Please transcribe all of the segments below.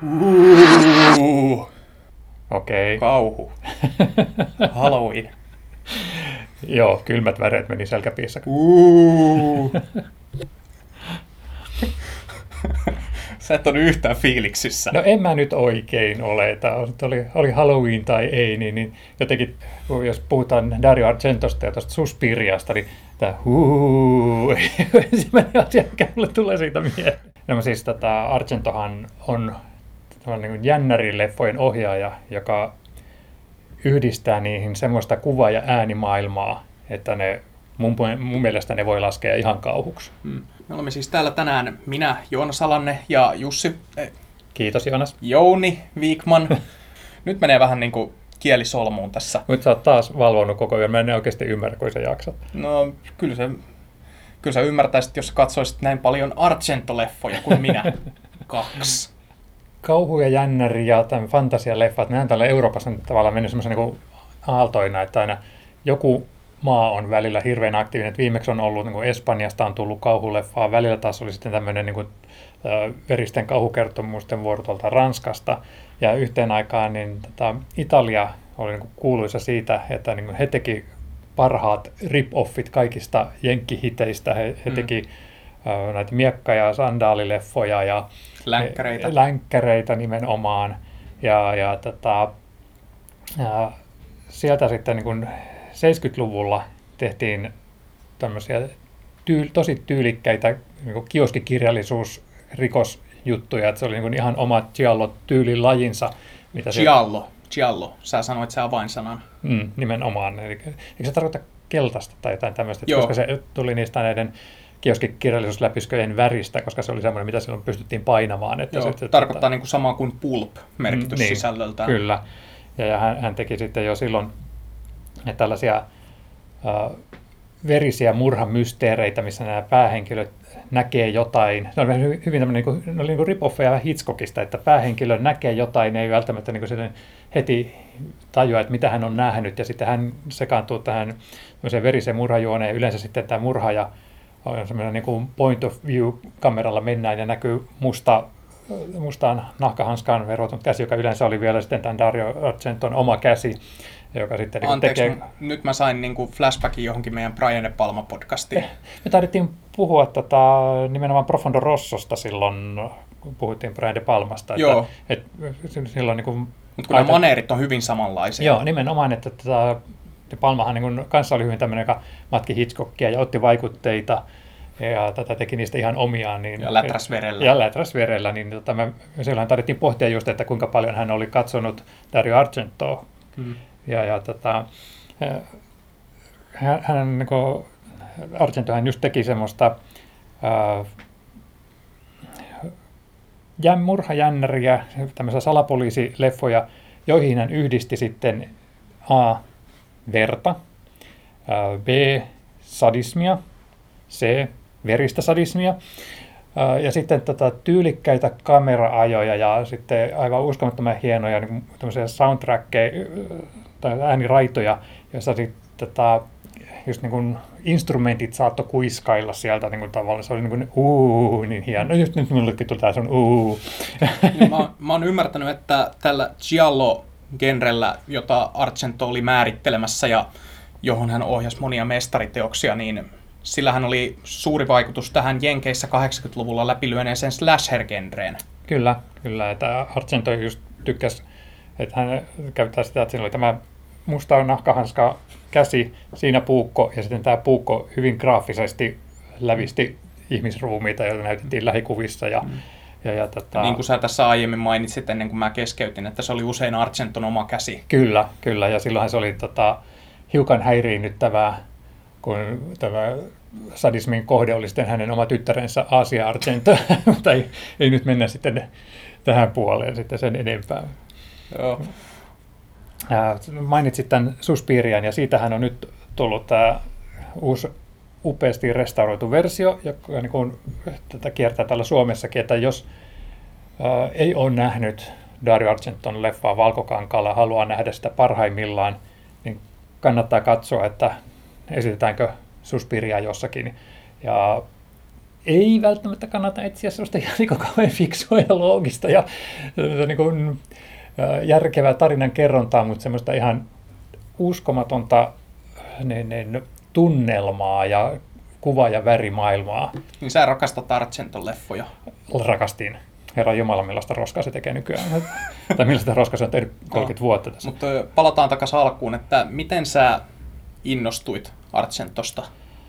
Okei. Kauhu. Halloween. Joo, kylmät väreet meni selkäpiissä. Sä et ole yhtään fiiliksissä. No en mä nyt oikein ole, että oli Halloween tai ei, niin jotenkin, jos puhutaan Dario Argentosta ja tuosta Suspiriasta, niin tämä ensimmäinen asia, mikä mulle tulee siitä mieleen. No siis Argentohan on niin kuin jännärileffojen ohjaaja, joka yhdistää niihin semmoista kuva- ja äänimaailmaa, että mun mielestä ne voi laskea ihan kauhuksi. Me olemme siis täällä tänään minä, Joonas Alanne ja Jussi. Kiitos Joonas. Jouni Viikman. Nyt menee vähän niin kuin kieli solmuun tässä. Mutta sä oot taas valvonut koko ajan. Mä en oikeasti ymmärrä, kun sä jaksat. No kyllä sä ymmärtäisit, jos katsoisit näin paljon Argento-leffoja kuin minä. 2. Kauhu ja jännäri ja tämän fantasialeffat, nehän täällä Euroopassa on tavallaan mennyt semmoisen niin aaltoina, että aina joku maa on välillä hirveän aktiivinen. Että viimeksi on ollut, niin kuin Espanjasta on tullut kauhuleffaa, välillä taas oli sitten tämmöinen niin kuin, veristen kauhukertomusten vuoro tuolta Ranskasta. Ja yhteen aikaan niin, Italia oli niin kuin kuuluisa siitä, että niin kuin he teki parhaat rip-offit kaikista jenkkihiteistä. He teki näitä miekka- ja sandaalileffoja ja länkkäreitä nimenomaan. Ja sieltä sitten niin kuin 70-luvulla tehtiin tämmöisiä tosi tyylikkäitä niin kuin kioskikirjallisuusrikosjuttuja, että se oli niin kuin ihan oma giallo-tyylilajinsa. Giallo. Sä sanoit sen avainsanan. Nimenomaan. Eli, eikö se tarkoita keltaista tai jotain tämmöistä, Joo. koska se tuli niistä näiden kioskikirjallisuusläpysköjen väristä, koska se oli semmoinen, mitä silloin pystyttiin painamaan. Että Joo, se, tarkoittaa niin kuin samaa kuin pulp-merkitys niin, sisällöltään. Kyllä. Ja hän teki sitten jo silloin tällaisia verisiä murhamysteereitä, missä nämä päähenkilöt näkee jotain. Ne oli hyvin tämmöinen, ne oli niin kuin rip-offeja Hitchcockista, että päähenkilö näkee jotain, ei välttämättä niin kuin heti tajua, että mitä hän on nähnyt, ja sitten hän sekaantuu tähän veriseen murhajuoneen. Yleensä sitten tämä murhaaja on semmoinen niin kuin point of view-kameralla mennään ja näkyy mustaan nahkahanskaan verotunut käsi, joka yleensä oli vielä sitten tämän Dario Argenton oma käsi, joka sitten Anteeksi, nyt mä sain niin kuin flashbackin johonkin meidän Brian De Palma-podcastiin. Me taidettiin puhua nimenomaan Profondo Rossosta silloin, kun puhuttiin Brian De Palmasta. Joo. Silloin niin kuin, mutta kun nämä maneerit on hyvin samanlaisia. Joo, nimenomaan, että De Palmahan niin kuin, kanssa oli hyvin tämmöinen, joka matki Hitchcockia ja otti vaikutteita ja tätä teki niistä ihan omiaan. Niin, ja läträs verellä. Ja läträs verellä, niin me silloin taidettiin pohtia just, että kuinka paljon hän oli katsonut Dario Argentoa. Hän niin kuin, Argentohan just teki semmoista murhajännäriä, tämmöisiä salapoliisileffoja, joihin hän yhdisti sitten A. verta, B. sadismia, C. veristä sadismia, ja sitten tyylikkäitä kamera-ajoja ja sitten aivan uskomattoman hienoja niin tämmöisiä soundtrackeja tai ääniraitoja, joissa sitten just niin kuin instrumentit saattoi kuiskailla sieltä niin kuin tavallaan. Se oli niin kuin niin hieno. No just nyt minullekin tuli tää sun Mä oon ymmärtänyt, että tällä giallo-genrellä, jota Argento oli määrittelemässä ja johon hän ohjasi monia mestariteoksia, niin sillähän oli suuri vaikutus tähän Jenkeissä 80-luvulla läpilyöneeseen slasher-genreen. Kyllä, että Argento just tykkäsi, että hän käyttää sitä, että siinä oli tämä musta nahkahanska käsi, siinä puukko, ja sitten tämä puukko hyvin graafisesti lävisti ihmisruumiita, joita näytettiin lähikuvissa. Niin kuin sä tässä aiemmin mainitsit ennen kuin mä keskeytin, että se oli usein Argenton oma käsi. Kyllä, ja silloinhan se oli hiukan häiriinnyttävää, kun tämä sadismin kohde oli sitten hänen oma tyttärensä Asia Argento, mutta ei nyt mennä sitten tähän puoleen sitten sen enempää. Joo. Mainitsit tämän Suspirian, ja siitähän on nyt tullut tämä uusi upeasti restauroitu versio, joka niin kuin, tätä kiertää täällä Suomessakin, että jos ei ole nähnyt Dario Argenton leffaa Valkokankaalla ja haluaa nähdä sitä parhaimmillaan, niin kannattaa katsoa, että esitetäänkö Suspiria jossakin. Ja ei välttämättä kannata etsiä sellaista ihan niin kauhean fiksua ja loogista ja niin kuin, järkevää tarinan kerrontaa, mutta semmoista ihan uskomatonta tunnelmaa ja kuva- ja värimaailmaa. Niin sä rakastat Argenton leffoja. Rakastin. Herran Jumala, millaista roskaa se tekee nykyään. Tai millaista roskaa se on tehnyt 30 vuotta tässä. Mutta palataan takaisin alkuun, että miten sä innostuit Argentosta?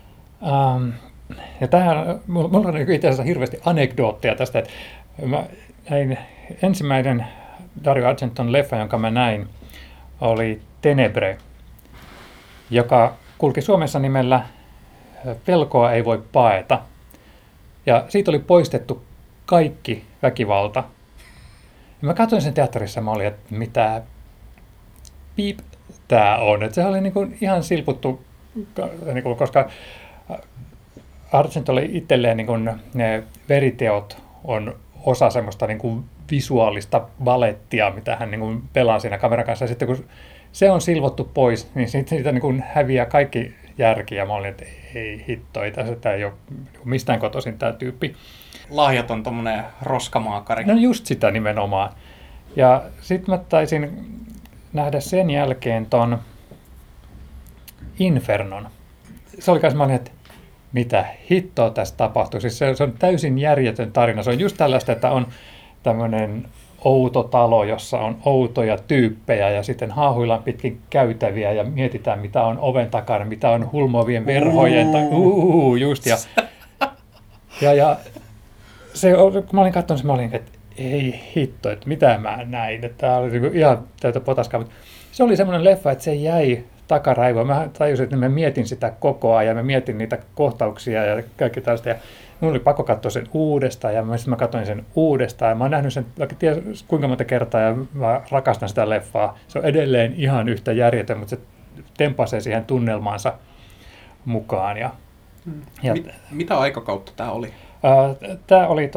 Ja mulla on itse asiassa hirveästi anekdootteja tästä, että mä näin ensimmäinen Dario Argenton leffa, jonka mä näin, oli Tenebre, joka kulki Suomessa nimellä Pelkoa ei voi paeta. Ja siitä oli poistettu kaikki väkivalta. Ja mä katsoin sen teatterissa ja mä olin, että mitä piip tää on. Että se oli niin kuin ihan silputtu, niin kuin, koska Argento oli itselleen, niin kuin ne veriteot on osa semmoista niin kuin visuaalista balettia, mitä hän niin kuin pelaa siinä kameran kanssa. Ja sitten kun se on silvottu pois, niin siitä niin kuin häviää kaikki järki. Ja mä olin, että ei hitto, tämä ei ole mistään kotoisin tämä tyyppi. Lahjaton tommonen roskamaakari. No just sitä nimenomaan. Ja sitten mä taisin nähdä sen jälkeen ton Infernon. Se oli kai että mitä hittoa tässä tapahtui. Siis se on täysin järjetön tarina. Se on just tällaista, että on tämmöinen outo talo, jossa on outoja tyyppejä ja sitten haahuillaan pitkin käytäviä ja mietitään, mitä on oven takana, mitä on hulmovien verhojen. Just. Ja se, kun mä olin katsonut sen, mä olin, että ei hitto, että mitä mä näin. Että tämä oli ihan täytä potaskaa. Mutta se oli semmoinen leffa, että se jäi takaraivoon. Mä tajusin, että mä mietin sitä koko ajan. Mä mietin niitä kohtauksia ja kaikki tällaista. Ja mun oli pakko katsoa sen uudestaan. Ja mä katsoin sen uudestaan. Ja mä oon nähnyt sen vaikka tiedä kuinka monta kertaa. Ja mä rakastan sitä leffaa. Se on edelleen ihan yhtä järjetön, mutta se tempasee siihen tunnelmaansa mukaan. Mitä aikakautta tämä oli? Tämä oli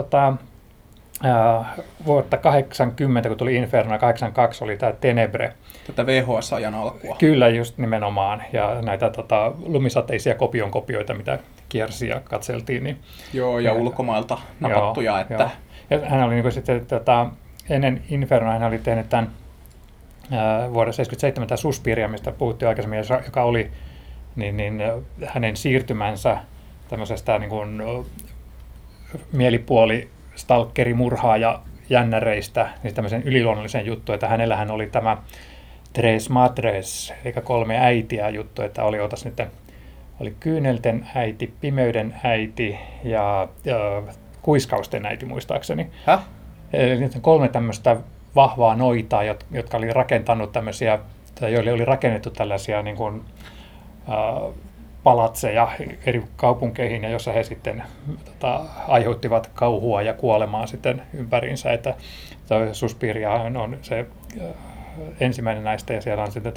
vuotta 80, kun tuli Inferno, ja 82 oli tämä Tenebre. Tätä VHS-ajan alkua. Kyllä, just nimenomaan. Ja näitä lumisateisia kopioita, mitä kiersi ja katseltiin. Niin, joo, ja ulkomailta napattuja. Joo, että... Ja hän oli niin sitten, ennen Inferno hän oli tehnyt tämän vuodessa 1977 tämä Suspiria, mistä puhuttiin aikaisemmin, joka oli niin hänen siirtymänsä tämmöisestä niin kuin, mielipuoli stalkerimurhaa ja jännäreistä, niin tämmöisen yliluonnollisen juttu, että hänellähän oli tämä Tres Madres, eli 3 äitiä juttu, että oli kyynelten äiti, pimeyden äiti ja kuiskausten äiti muistaakseni. Häh? Eli 3 tämmöistä vahvaa noitaa, jotka oli rakentanut tämmöisiä, tai joille oli rakennettu tällaisia niin kuin, palatseja eri kaupunkeihin, ja jossa he sitten aiheuttivat kauhua ja kuolemaa sitten ympäriinsä, että Suspiria on se ensimmäinen näistä, ja siellä on sitten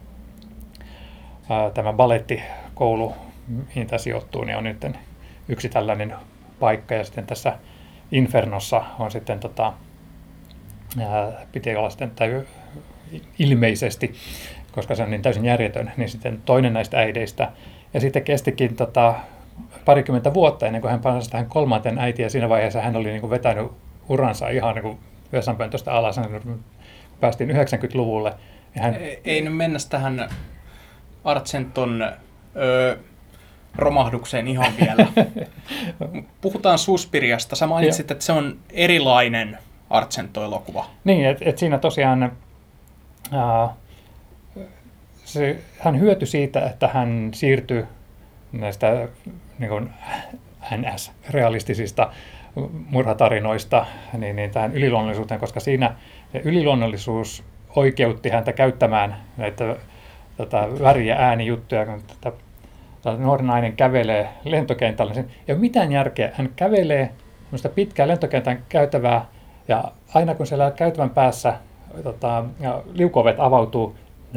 tämä balettikoulu, mihin tämä sijoittuu, niin on nyt yksi tällainen paikka, ja sitten tässä Infernossa on sitten piti olla sitten, tai ilmeisesti, koska se on niin täysin järjetön, niin sitten toinen näistä äideistä. Ja sitten kestikin parikymmentä vuotta ennen kuin hän pääsi tähän 3. äitiin, ja siinä vaiheessa hän oli niin kuin vetänyt uransa ihan niin kuin vessapöntöstä alas. Päästiin 90-luvulle. Ja ei nyt mennä tähän Argenton romahdukseen ihan vielä. Puhutaan Suspiriasta. Sä mainitsit, että se on erilainen Argento-elokuva. Niin, että siinä tosiaan hän hyötyi siitä, että hän siirtyi näistä niin kuin NS-realistisista murhatarinoista niin tähän yliluonnollisuuteen, koska siinä yliluonnollisuus oikeutti häntä käyttämään näitä väri- ja äänijuttuja, kun nuori nainen kävelee lentokentällä. Ei ole mitään järkeä. Hän kävelee pitkää lentokentän käytävää, ja aina kun siellä käytävän päässä liukuovet avautuu,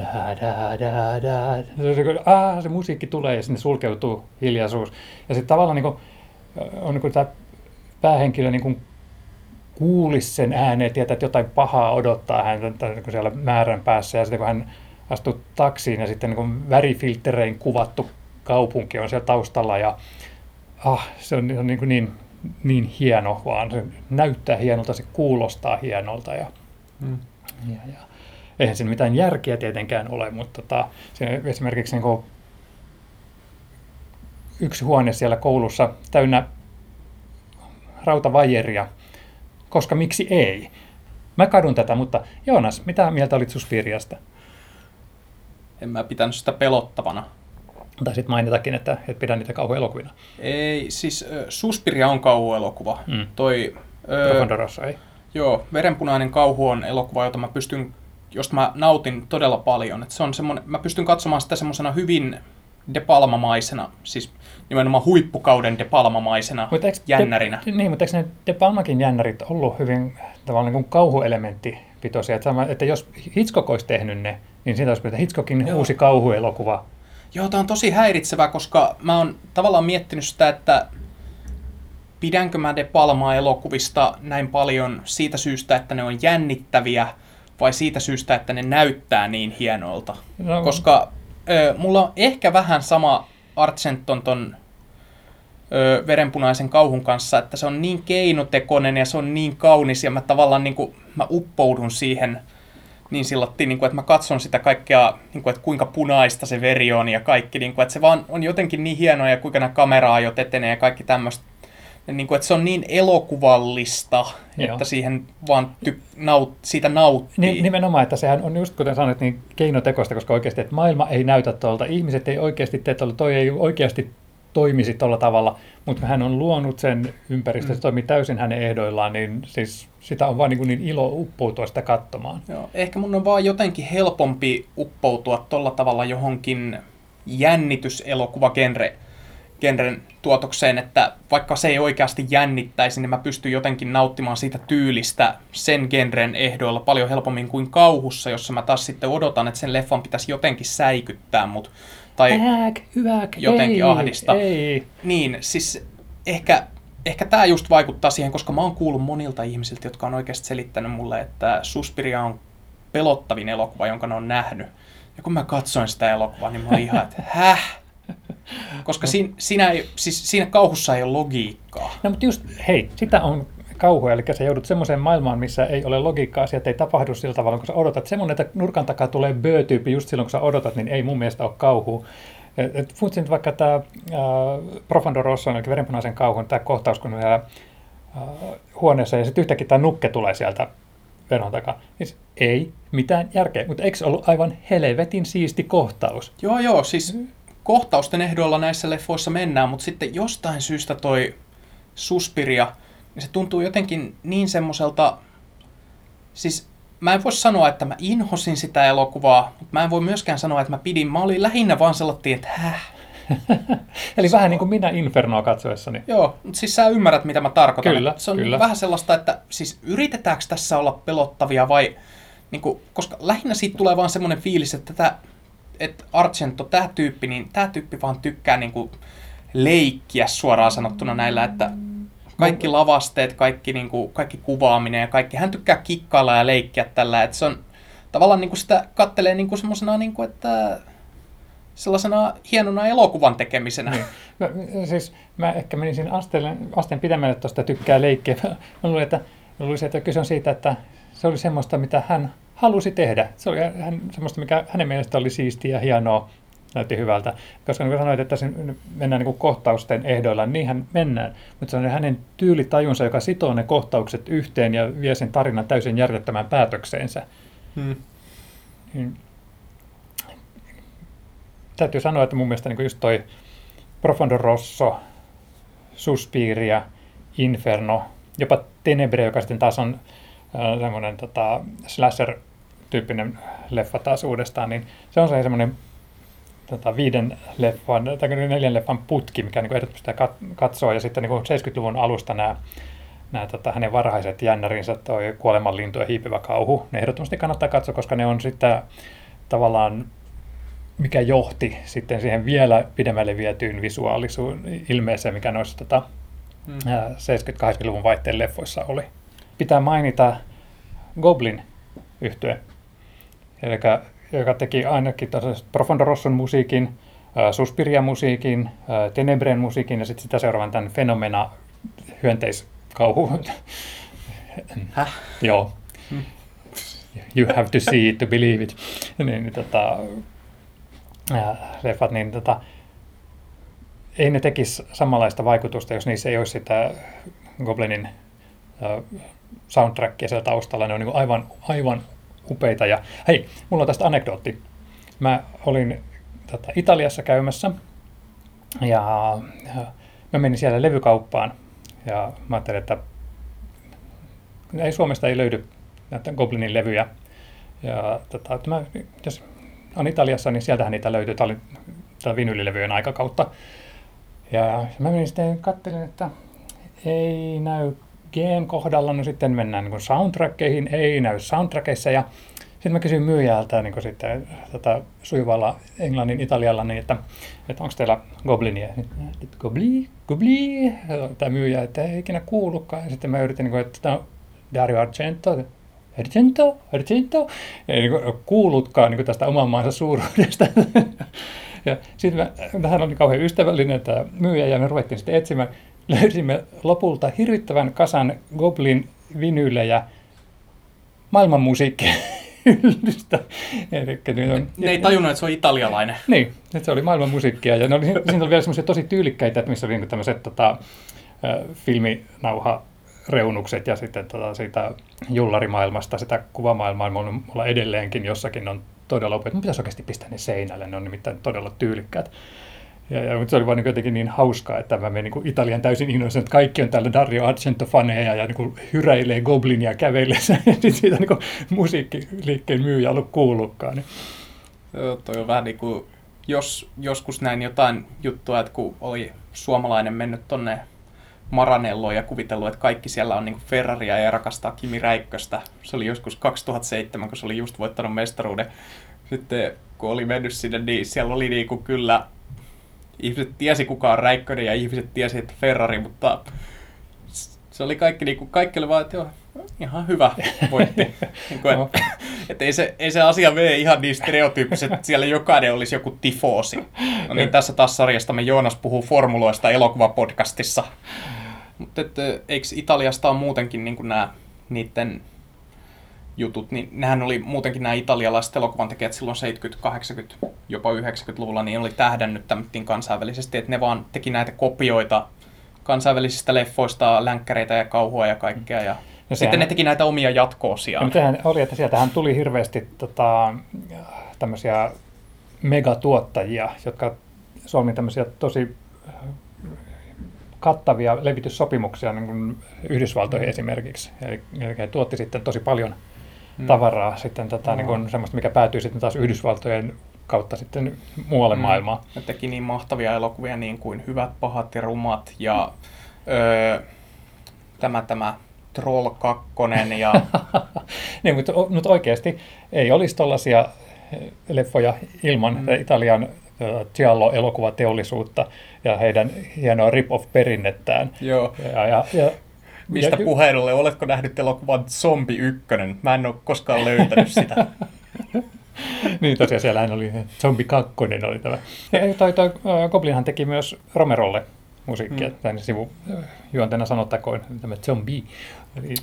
se musiikki tulee ja sinne sulkeutuu hiljaisuus. Ja sitten tavallaan niin kuin, on niin kuin tämä päähenkilö niin kuin kuulisi sen ääneen, tietää, että jotain pahaa odottaa häntä niin siellä määrän päässä. Ja sitten kun hän astuu taksiin ja sitten niin kuin värifiltterein kuvattu kaupunki on siellä taustalla ja se on niin hieno, vaan se näyttää hienolta, se kuulostaa hienolta ja eihän siinä mitään järkeä tietenkään ole, mutta esimerkiksi niin yksi huone siellä koulussa täynnä rautavajeria, koska miksi ei? Mä kadun tätä, mutta Joonas, mitä mieltä olit Suspiriasta? En mä pitänyt sitä pelottavana. Tai sitten mainitakin, että et pidä niitä kauhuelokuvina. Ei, siis Suspiria on kauhuelokuva. Profondo Rosso, ei? Joo, Verenpunainen kauhu on elokuva, josta mä nautin todella paljon. Et se on mä pystyn katsomaan sitä semmoisena hyvin De Palma-maisena, siis nimenomaan huippukauden De Palma-maisena jännärinä. Mutta eikö ne De Palmakin jännärit ollut hyvin tavallaan niin kuin kauhuelementtipitoisia? Että jos Hitchcock olisi tehnyt ne, niin siitä olisi pidetty Hitchcockin uusi kauhuelokuva. Joo, tämä on tosi häiritsevää, koska mä oon tavallaan miettinyt sitä, että pidänkö mä De Palma-elokuvista näin paljon siitä syystä, että ne on jännittäviä, vai siitä syystä, että ne näyttää niin hienolta. No. Koska mulla on ehkä vähän sama Argenton ton Verenpunaisen kauhun kanssa, että se on niin keinotekoinen ja se on niin kaunis, ja mä tavallaan mä uppoudun siihen niin sillattiin, että mä katson sitä kaikkea, että kuinka punaista se veri on ja kaikki, että se vaan on jotenkin niin hienoa ja kuinka nämä kamera-ajot etenee ja kaikki tämmöistä. Että se on niin elokuvallista, että siihen vaan siitä nauttii. Nimenomaan, että sehän on just kuten sanoit, niin keinotekoista, koska oikeasti että maailma ei näytä tuolta, ihmiset ei oikeasti tee tuolla, toi ei oikeasti toimisi tuolla tavalla, mutta hän on luonut sen ympäristö, se toimii täysin hänen ehdoillaan, niin siis sitä on vaan niin ilo uppoutua sitä katsomaan. Joo, ehkä mun on vaan jotenkin helpompi uppoutua tuolla tavalla johonkin jännityselokuvagenren tuotokseen, että vaikka se ei oikeasti jännittäisi, niin mä pystyn jotenkin nauttimaan siitä tyylistä sen genren ehdoilla paljon helpommin kuin kauhussa, jossa mä taas sitten odotan, että sen leffan pitäisi jotenkin säikyttää mut tai jotenkin ahdistaa. Ei. Niin, siis ehkä tämä just vaikuttaa siihen, koska mä oon kuullut monilta ihmisiltä, jotka on oikeasti selittänyt mulle, että Suspiria on pelottavin elokuva, jonka ne on nähnyt. Ja kun mä katsoin sitä elokuvaa, niin mä olin ihan, että koska siinä kauhussa ei ole logiikkaa. No mutta just, hei, sitä on kauhu, eli sä joudut semmoiseen maailmaan, missä ei ole logiikkaa, asiat ei tapahdu sillä tavalla, kun sä odotat. Semmoinen, että nurkan takaa tulee böö-tyyppi just silloin, kun sä odotat, niin ei mun mielestä ole kauhu. Funtsin vaikka tämä Profondo Rosso, eli Verenpunaisen kauhun, tämä kohtaus, kun huoneessa ja sitten yhtäkkiä tämä nukke tulee sieltä veron takaa. Niin ei mitään järkeä, mutta eikö se ollut aivan helvetin siisti kohtaus? Joo, siis kohtausten ehdoilla näissä leffoissa mennään, mutta sitten jostain syystä toi Suspiria, niin se tuntuu jotenkin niin semmoiselta, siis mä en voi sanoa, että mä inhosin sitä elokuvaa, mutta mä en voi myöskään sanoa, että mä olin lähinnä vaan sellainen, että Eli vähän niin kuin minä Infernoa katsoessani. Joo, mutta siis sä ymmärrät, mitä mä tarkoitan. Kyllä, se on kyllä. Vähän sellaista, että siis yritetäänkö tässä olla pelottavia vai, niin kuin, koska lähinnä siitä tulee vaan semmoinen fiilis, että Argento, tämä tyyppi vaan tykkää niin kuin leikkiä suoraan sanottuna näillä, että kaikki lavasteet, kaikki kuvaaminen ja kaikki, hän tykkää kikkailla ja leikkiä tällä, että se on tavallaan niin kuin sitä kattelee niin kuin semmosena, niin kuin, että sellaisena hienona elokuvan tekemisenä. Niin. Mä ehkä menisin asteen pidemmälle tuosta tykkää leikkiä. Mä luulisin, että kyse on siitä, että se oli semmoista, mitä hän halusi tehdä. Se oli semmoista, mikä hänen mielestä oli siistiä ja hienoa, näytti hyvältä. Koska niin kuin sanoit, että mennään niin kuin kohtausten ehdoilla, niinhän mennään. Mutta se on hänen tyylitajunsa, joka sitoo ne kohtaukset yhteen ja vie sen tarinan täysin järjettömään päätökseensä. Niin. Täytyy sanoa, että mun mielestä niin just toi Profondo Rosso, Suspiria, Inferno, jopa Tenebre, joka sitten taas on semmoinen slasher-tyyppinen leffa taas uudestaan, niin se on semmoinen 4 leffan putki, mikä niin ehdottomasti pitää katsoa. Ja sitten niin 70-luvun alusta nämä hänen varhaiset jännärinsä, toi Kuolemanlintu ja Hiipivä kauhu, ne ehdottomasti kannattaa katsoa, koska ne on sitten tavallaan mikä johti sitten siihen vielä pidemmälle vietyyn ilmeeseen, mikä noissa 70-80-luvun vaihteen leffoissa oli. Pitää mainita Goblin-yhtye, joka teki ainakin Profondo Rosson musiikin, Suspiria-musiikin, Tenebren musiikin ja sitten sitä seuraavan tämän Phenomena hyönteiskauhu. Häh? Joo. You have to see it to believe it. Leffat, niin ei ne tekisi samanlaista vaikutusta, jos niissä ei olisi sitä Goblinin soundtrackia siellä taustalla. Ne on niin aivan upeita. Ja hei, mulla on tästä anekdootti. Mä olin Italiassa käymässä ja mä menin siellä levykauppaan ja mä ajattelin, että Suomesta ei löydy näitä Goblinin levyjä. Ja jos on Italiassa, niin sieltähän niitä löytyy. Tämä oli vinylilevyjen aikakautta. Ja mä menin sitten katselin, että ei näy G:n kohdalla, no sitten mennään niin soundtrackeihin, ei näy soundtrackeissa. Ja sitten mä kysyin myyjältä niin sitten, sujuvalla englannin italialla, niin että onko teillä Goblinia? Gobli? Tämä myyjä, että ei ikinä kuulukaan. Ja sitten mä yritin, niin että Dario Argento. Ei niin kuulutkaan niin tästä oman maansa suuruudesta. Ja sitten hän oli kauhean ystävällinen tämä myyjä ja me ruvettiin sitten etsimään. Löysimme lopulta hirvittävän kasan Goblin vinyylejä maailman musiikkihyllystä. Ne ei tajunnut, että se on italialainen. Niin, että se oli maailman musiikkia. Ja siinä oli vielä semmoisia tosi tyylikkäitä, että missä oli niin tämmöiset filminauha-reunukset ja sitten siitä jullarimaailmasta, sitä kuvamaailmaa mulla edelleenkin jossakin on todella upeat. Mun pitäisi oikeasti pistää ne seinälle, ne on nimittäin todella tyylikkäät. Mutta se oli vaan niin jotenkin niin hauskaa, että mä menin niin Italian täysin innoissani, että kaikki on täällä Dario Argento-faneja ja niin hyräilee Goblinia kävellessä. Ja sitten siitä niin musiikkiliikkeen myyjä ollut kuullutkaan. Niin. Joo, toi on vähän niin kuin, joskus näin jotain juttua, että kun oli suomalainen mennyt tonne Maranelloon ja kuvitellut, että kaikki siellä on niin kuin Ferraria ja rakastaa Kimi Räikköstä. Se oli joskus 2007, kun se oli just voittanut mestaruuden. Sitten kun oli mennyt sinne, niin siellä oli niin kuin kyllä ihmiset tiesi kuka on Räikkönen ja ihmiset tiesi, että Ferrari, mutta se oli kaikki, niin kuin, kaikki oli vaan, että joo, ihan hyvä voitti. Niin kuin, että ei se asia mene ihan niin stereotyyppisesti, että siellä jokainen olisi joku tifoosi. No niin, tässä taas sarjastamme Joonas puhuu formuloista elokuvapodcastissa. Mutta eikö Italiasta ole muutenkin niin kuin nämä niiden jutut, niin nehän oli muutenkin nämä italialaiset elokuvantekijät silloin 70-, 80-, jopa 90-luvulla, niin oli tähdännyt tämmöttiin kansainvälisesti, että ne vaan teki näitä kopioita kansainvälisistä leffoista, länkkäreitä ja kauhua ja kaikkea, ja sitten ne teki näitä omia jatko-osiaan. Sehän oli, että sieltähän tuli hirveästi tämmöisiä megatuottajia, jotka solmi tämmöisiä tosi kattavia levityssopimuksia niin kuin Yhdysvaltoihin esimerkiksi. Eli he tuotti sitten tosi paljon tavaraa, sitten niin kuin semmoista, mikä päätyi sitten taas Yhdysvaltojen kautta sitten muualle maailmaan. Ne teki niin mahtavia elokuvia niin kuin Hyvät, pahat ja rumat ja tämä Troll 2 ja... niin, mutta oikeasti ei olisi tollaisia leffoja ilman Italian Giallo-elokuvateollisuutta ja heidän hienoa rip-off-perinnettään. Joo. Mistä puhelulle? Oletko nähnyt elokuvan Zombi 1? Mä en ole koskaan löytänyt sitä. Niin tosiaan siellähän oli Zombi 2 oli tämä. Toi Goblinhan teki myös Romerolle musiikkia. Tänne sivujuonteena sanottakoon tämä Zombie. Eli,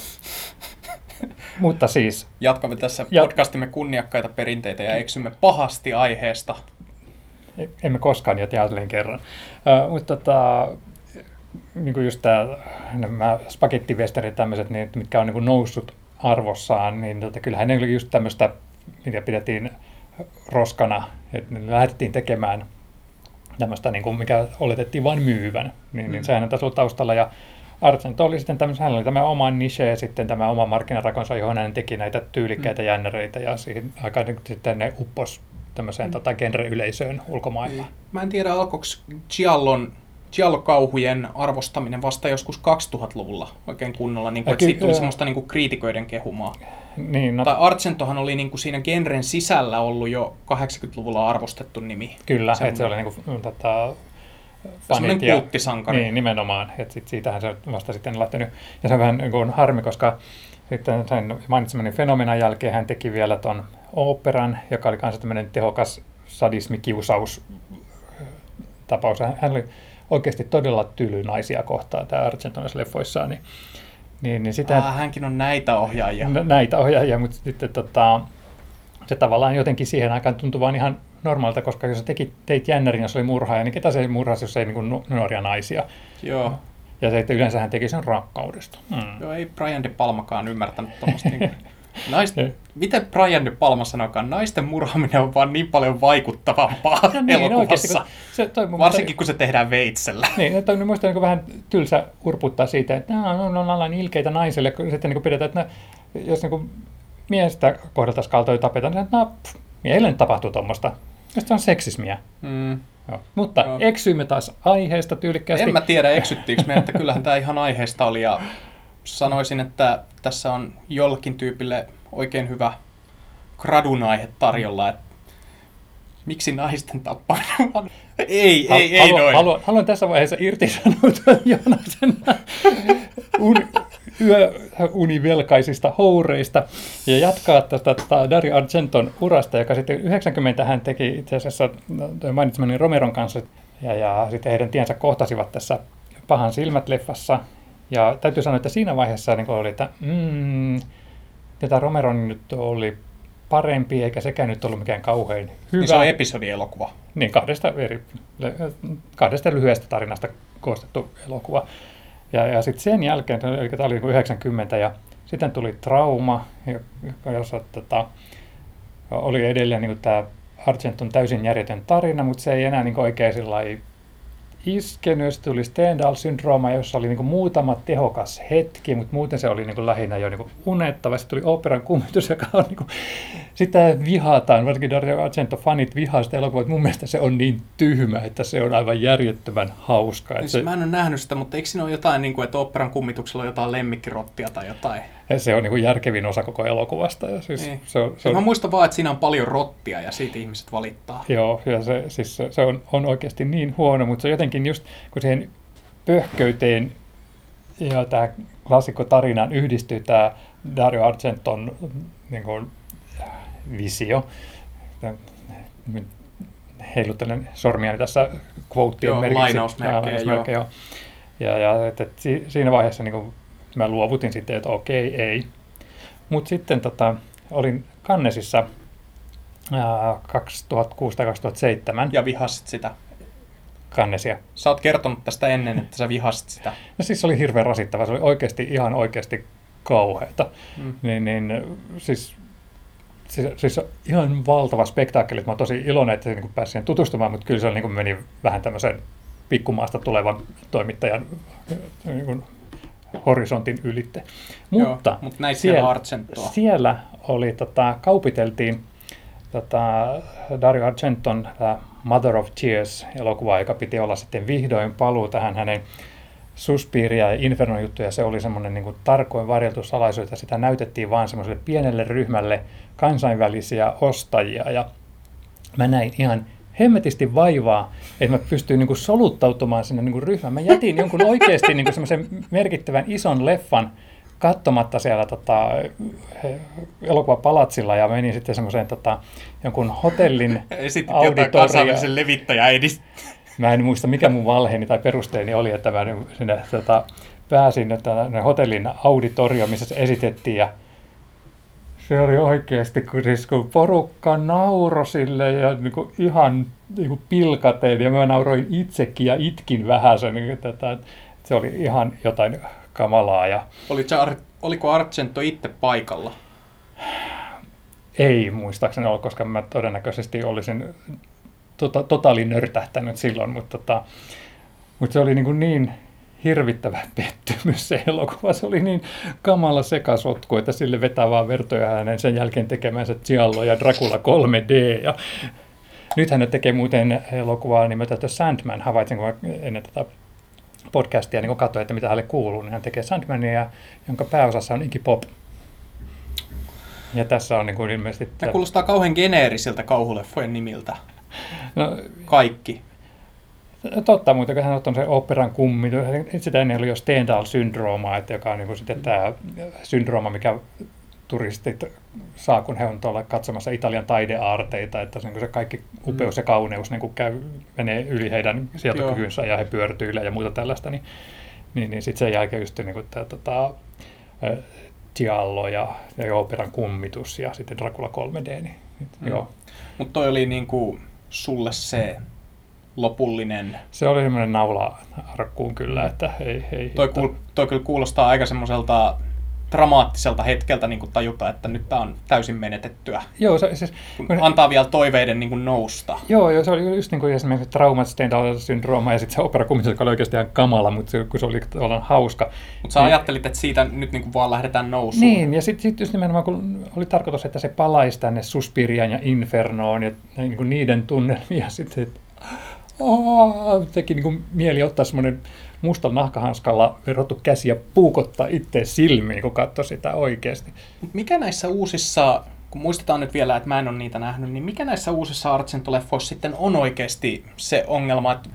mutta siis... Jatkamme tässä podcastimme kunniakkaita perinteitä ja eksymme pahasti aiheesta. Emme koskaan ja jälleen kerran. Mutta niin kuin just nämä spagettivesterit tämmöiset, niin, mitkä on niin kuin noussut arvossaan, niin kyllähän ne oli just tämmöistä, mitä pidettiin roskana, että ne lähdettiin tekemään tämmöistä, niin kuin mikä oletettiin vain myyvän. Niin sehän tässä oli taustalla. Ja Argento oli sitten tämmöinen, hän oli tämä oma niche ja sitten tämä oma markkinarakonsa, johon hän teki näitä tyylikkäitä jännäreitä ja siihen aikaan sitten ne upposi tämmöiseen genre-yleisöön ulkomaailmaan. Mä en tiedä, alkoiko Giallo-kauhujen arvostaminen vasta joskus 2000-luvulla oikein kunnolla, niin kuin, että siitä tuli semmoista niin kuin kriitikoiden kehumaa. Niin, tai Argentohan oli niin kuin siinä genren sisällä ollut jo 80-luvulla arvostettu nimi. Kyllä, että se oli niin kuin, semmoinen kulttisankari. Niin, nimenomaan. Että siitähän se vasta sitten lähtenyt. Ja se on vähän niin kuin harmi, koska sitten sen mainitsemani Phenomenan jälkeen hän teki vielä ton oopperan, joka oli kanssa tämmöinen tehokas sadismikiusaus tapaus. Hän oli oikeasti todella tyly naisia kohtaan, tämä Argento näissä leffoissaan. Niin sitä, hänkin on näitä ohjaajia. Näitä ohjaajia, mutta sitten se tavallaan jotenkin siihen aikaan tuntui vaan ihan normaalta, koska jos teit jännärin, jos oli murhaaja, niin ketä se murhasi, jos ei niin nuoria naisia. Joo. Ja se, että yleensä hän teki sen rakkaudesta. Joo, ei Brian De Palmakaan ymmärtänyt tuommoista. Miten Brian De Palma sanokaan, naisten murhaaminen on vaan niin paljon vaikuttavampaa elokuvassa. Varsinkin kun se tehdään veitsellä. Niin, että on minusta niin vähän tylsä urputtaa siitä, että on ilkeitä naisille, kun sitten niin pidetään, että jos niin miestä kohdeltaisiin kaltoja tapetaan, niin miehille nyt tapahtuu tuommoista. Se on seksismiä. Joo. Mutta eksyimme taas aiheesta tyylikkäästi. En mä tiedä, eksyttiinkö me, että kyllähän tämä ihan aiheesta oli. Ja sanoisin, että tässä on jollekin tyypille oikein hyvä gradun aihe tarjolla. Että miksi naisten tappaminen on? Ei noin. Haluan tässä vaiheessa irtisanoutua Joonasen yöunivelkaisista houreista ja jatkaa tästä Dario Argenton urasta, joka sitten 90 hän teki itse asiassa mainitsemani Romeron kanssa ja sitten heidän tiensä kohtasivat tässä Pahan silmät-leffassa. Ja täytyy sanoa, että siinä vaiheessa niin oli, että tätä Romeron nyt oli parempi, eikä sekään nyt ollut mikään kauhean hyvä. Niin se on episodielokuva. Niin, kahdesta lyhyestä tarinasta koostettu elokuva. Ja sitten sen jälkeen, eli tämä oli 90, ja sitten tuli Trauma, jossa oli edelleen niin tämä Argenton täysin järjetön tarina, mutta se ei enää niin oikein iskenyt. Sitten tuli Stendhal-syndrooma, jossa oli niin muutama tehokas hetki, mutta muuten se oli niin lähinnä jo niin unettava. Sitten tuli Operan kummitus, joka on niin sitä vihataan, varsinkin Dario Argento-fanit vihaa sitä elokuvaa. Mun mielestä se on niin tyhmä, että se on aivan järjettömän hauska. Mä en ole nähnyt sitä, mutta eikö siinä ole jotain, niin kuin, että Operan kummituksella on jotain lemmikkirottia tai jotain? Ja se on niin järkevin osa koko elokuvasta. Ja siis niin. Mä muistan vaan, että siinä on paljon rottia ja siitä ihmiset valittaa. Joo, ja se on oikeasti niin huono, mutta se jotenkin just, kun siihen pöhköyteen ja tämä klassikkotarinaan yhdistyy tämä Dario Argenton niin kuin visio. Heiluttelen sormiani tässä quoteien merkissä. Lainausmerkkejä. Ja että siinä vaiheessa niin kuin mä luovutin sitten, että okei, ei. Mutta sitten olin Cannesissa 2006 tai 2007. Ja vihasit sitä. Cannesia. Sä oot kertonut tästä ennen, että sä vihasit sitä. No siis se oli hirveän rasittava. Se oli ihan oikeasti kauheata. Siis ihan valtava spektaakkeli. Mä oon tosi iloinen, että niin pääsin siihen tutustumaan, mutta kyllä se niin meni vähän tämmöisen pikkumaasta tulevan toimittajan niin horisontin ylitte. Mutta siellä oli, kaupiteltiin Dario Argenton Mother of Tears -elokuva, joka piti olla sitten vihdoin paluu tähän hänen Suspiria ja Inferno-juttuja. Se oli semmoinen niin kuin tarkoin varjeltu salaisuus, että sitä näytettiin vain semmoiselle pienelle ryhmälle kansainvälisiä ostajia. Ja mä näin ihan hemmetisti vaivaa, että mä pystyin niin kuin soluttautumaan sinne niin kuin ryhmään. Mä jätin jonkun oikeasti niin kuin semmoisen merkittävän ison leffan katsomatta siellä elokuvapalatsilla ja menin sitten semmoiseen jonkun hotellin auditorioon. Levittäjäidistä. Mä en muista, mikä mun valheeni tai perusteeni oli, että mä sinne pääsin hotellin auditorioon, missä se esitettiin. Ja se oli oikeasti, kun porukka nauroi sille ja niin kuin ihan niin kuin pilkateen. Ja mä nauroin itsekin ja itkin vähän sen. Se oli ihan jotain kamalaa. Ja oliko Argento itse paikalla? Ei muistaakseni ollut, koska mä todennäköisesti olisin nörtähtänyt silloin, mutta se oli niin hirvittävä pettymys se elokuva. Se oli niin kamala sekasotku, että sille vetää vaan vertoja hänen sen jälkeen tekemänsä Giallo ja Dracula 3D. Ja nyt hän tekee muuten elokuvaa nimeltä The Sandman. Havaitsin, kun ennen tätä podcastia niin katsoin, että mitä hänelle kuuluu, niin hän tekee Sandmania, jonka pääosassa on Iggy Pop. Ja tässä on niin kuin ilmeisesti... Tämä kuulostaa kauhean geneerisiltä kauhuleffojen nimiltä. No, kaikki. Totta, mutta kun hän on se Operan kummitus, sitä ennen oli jo Stendhal-syndrooma, joka on niin kuin sitten tämä syndrooma, mikä turistit saa, kun he on tuolla katsomassa Italian taideaarteita, että se kaikki upeus ja kauneus niin menee yli heidän sietokykynsä ja he pyörtyilee ja muuta tällaista, niin sitten sen jälkeen just niin kuin tämä Giallo ja operan kummitus ja sitten Dracula 3D. Joo. Mutta toi oli niinku sulle se lopullinen... Se oli semmoinen naula arkkuun kyllä, että ei toi kyllä kuulostaa aika semmoiselta dramaattiselta hetkeltä niin tajuta, että nyt tämä on täysin menetettyä. Joo, siis, antaa vielä toiveiden niin nousta. Joo, se oli just niin kuin esimerkiksi traumat, Stendhal-syndrooma ja sitten se operakummitus, joka oli oikeasti ihan kamala, mutta kun se oli tavallaan hauska. Mutta sä ajattelit, että siitä nyt niin kuin vaan lähdetään nousuun. Niin, ja sitten just nimenomaan, kun oli tarkoitus, että se palaisi tänne Suspiriaan ja Infernoon ja niin kuin niiden tunnelmia sitten, teki niin kuin mieli ottaa semmoinen mustalla nahkahanskalla verottu käsi ja puukottaa itse silmiin, kun katsoi sitä oikeasti. Mikä näissä uusissa, kun muistetaan nyt vielä, että mä en ole niitä nähnyt, niin mikä näissä uusissa Argento-leffoissa sitten on oikeasti se ongelma, että,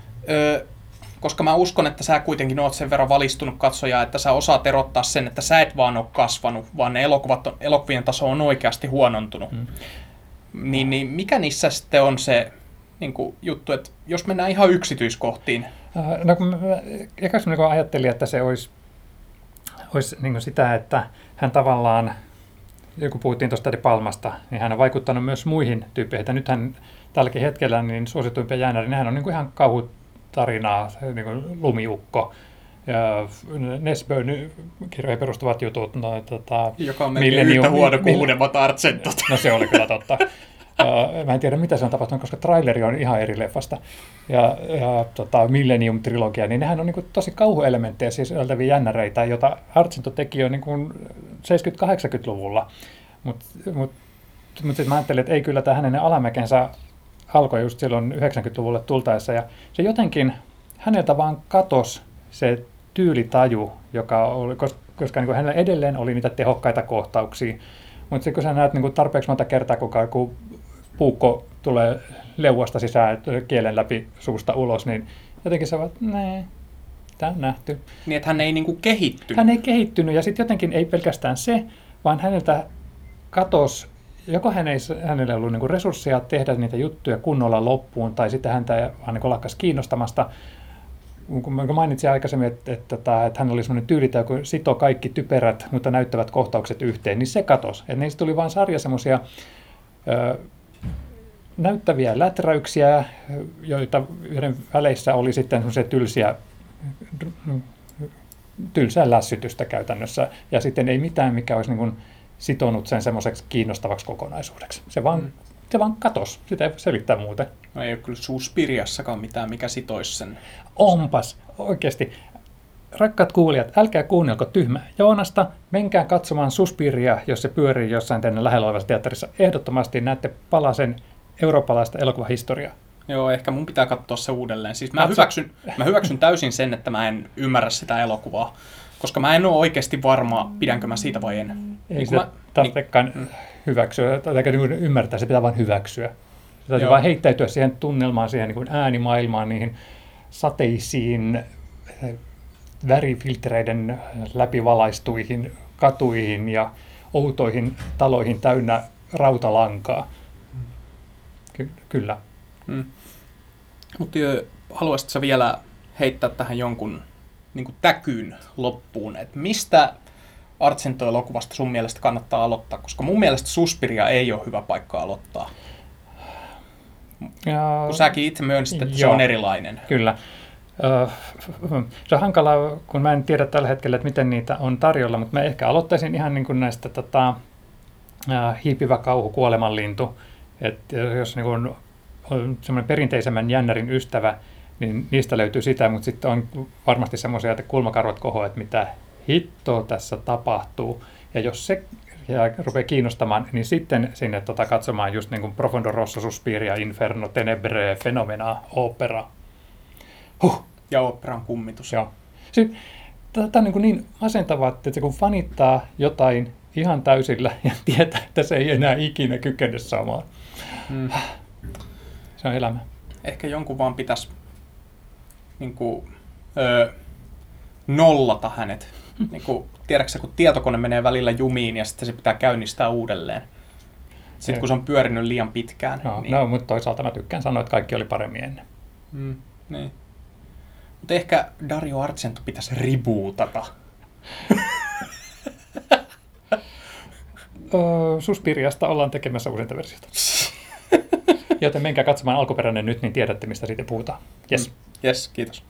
koska mä uskon, että sä kuitenkin oot sen verran valistunut katsoja, että sä osaat erottaa sen, että sä et vaan ole kasvanut, vaan ne elokuvien taso on oikeasti huonontunut. Niin mikä niissä sitten on se niin kuin juttu, että jos mennään ihan yksityiskohtiin? No kun niin ajattelin, että se olisi niin kuin sitä, että hän tavallaan, kun puhuttiin tuosta De Palmasta, niin hän on vaikuttanut myös muihin tyyppeihin. Että nythän tälläkin hetkellä niin suosituimpia jäänäri, niin hän on niin kuin ihan kauhutarinaa, niin kuin Lumiukko. Ja Nesbø-kirjoihin perustuvat jutut. Joka on melkein yhtä huono kuin uudemmat Argentot. No se oli kyllä totta. Mä en tiedä, mitä se on tapahtunut, koska traileri on ihan eri leffasta. Ja Millennium-trilogia, niin nehän on niin kuin tosi kauhuelementtejä sisältäviä jännäreitä, joita Argento teki jo niin kuin 70-80-luvulla. Mutta sitten mä ajattelin, että ei kyllä tämä hänen alamäkensä alkoi just silloin 90-luvulle tultaessa. Ja se jotenkin häneltä vaan katosi se tyylitaju, joka oli, koska niin kuin hänellä edelleen oli niitä tehokkaita kohtauksia. Mutta sitten kun sä näet niin tarpeeksi monta kertaa, kun puukko tulee leuasta sisään kielen läpi suusta ulos, niin jotenkin sä vaat, tämä on nähty. Niin, että hän ei niin kuin kehittynyt. Hän ei kehittynyt, ja sitten jotenkin ei pelkästään se, vaan häneltä katosi, joko hänellä ei ollut niin kuin resursseja tehdä niitä juttuja kunnolla loppuun, tai sitten häntä vaan niin lakkasi kiinnostamasta. Kun mainitsin aikaisemmin, että hän oli sellainen tyylitä, kun sitoo kaikki typerät, mutta näyttävät kohtaukset yhteen, niin se katosi. Että niistä tuli vain sarja semmoisia näyttäviä läträyksiä, joita yhden väleissä oli sitten semmoisia tylsää lässytystä käytännössä, ja sitten ei mitään, mikä olisi niin kuin sitonut sen semmoiseksi kiinnostavaksi kokonaisuudeksi. Se vaan katosi, sitä ei selittää muuten. No ei ole kyllä Suspiriassakaan mitään, mikä sitoisi sen. Onpas, oikeasti. Rakkaat kuulijat, älkää kuunnelko tyhmää Joonasta, menkää katsomaan Suspiria, jos se pyörii jossain tänne lähellä olevassa teatterissa. Ehdottomasti näette palasen eurooppalaista elokuvahistoriaa. Joo, ehkä mun pitää katsoa se uudelleen. Siis mä hyväksyn täysin sen, että mä en ymmärrä sitä elokuvaa, koska mä en ole oikeasti varma, pidänkö mä siitä vai en. Ei sitä tarvitsekaan hyväksyä, tai ymmärtää, se pitää vain hyväksyä. Se täytyy vain heittäytyä siihen tunnelmaan, siihen niin kuin äänimaailmaan, niihin sateisiin värifiltreiden läpivalaistuihin katuihin ja outoihin taloihin täynnä rautalankaa. Kyllä. Mutta haluaisitko sä vielä heittää tähän jonkun niin kuin täkyn loppuun, että mistä Argento-elokuvasta sun mielestä kannattaa aloittaa? Koska mun mielestä Suspiria ei ole hyvä paikka aloittaa. Kun säkin itse myönsit, että se on erilainen. Kyllä. Se on hankalaa, kun mä en tiedä tällä hetkellä, että miten niitä on tarjolla, mutta mä ehkä aloittaisin ihan niin kuin näistä hiipivä kauhu, kuolemanlintu. Että jos niin kuin on semmoinen perinteisemmän jännärin ystävä, niin niistä löytyy sitä, mutta sitten on varmasti semmoisia, että kulmakarvat kohoaa, että mitä hittoa tässä tapahtuu. Ja jos se rupeaa kiinnostamaan, niin sitten sinne katsomaan just niin kuin Profondo Rosso, Suspiria, Inferno, Tenebrae, Phenomena, Opera. Ja operan kummitus. Joo. Tämä on niin masentavaa, että se kun fanittaa jotain ihan täysillä ja tietää, että se ei enää ikinä kykene samaan. Se on elämä. Ehkä jonkun vaan pitäisi niin kuin, nollata hänet niin kuin tiedätkö kun tietokone menee välillä jumiin ja sitten se pitää käynnistää uudelleen. Sitten kun se on pyörinyt liian pitkään. No, niin... no, mutta toisaalta mä tykkään sanoa, että kaikki oli paremmin ennen. Niin. Mutta ehkä Dario Argento pitäisi rebootata. Suspiriasta ollaan tekemässä uusinta versiota. Joten menkää katsomaan alkuperäinen nyt, niin tiedätte, mistä siitä puhutaan. Yes. Yes, kiitos.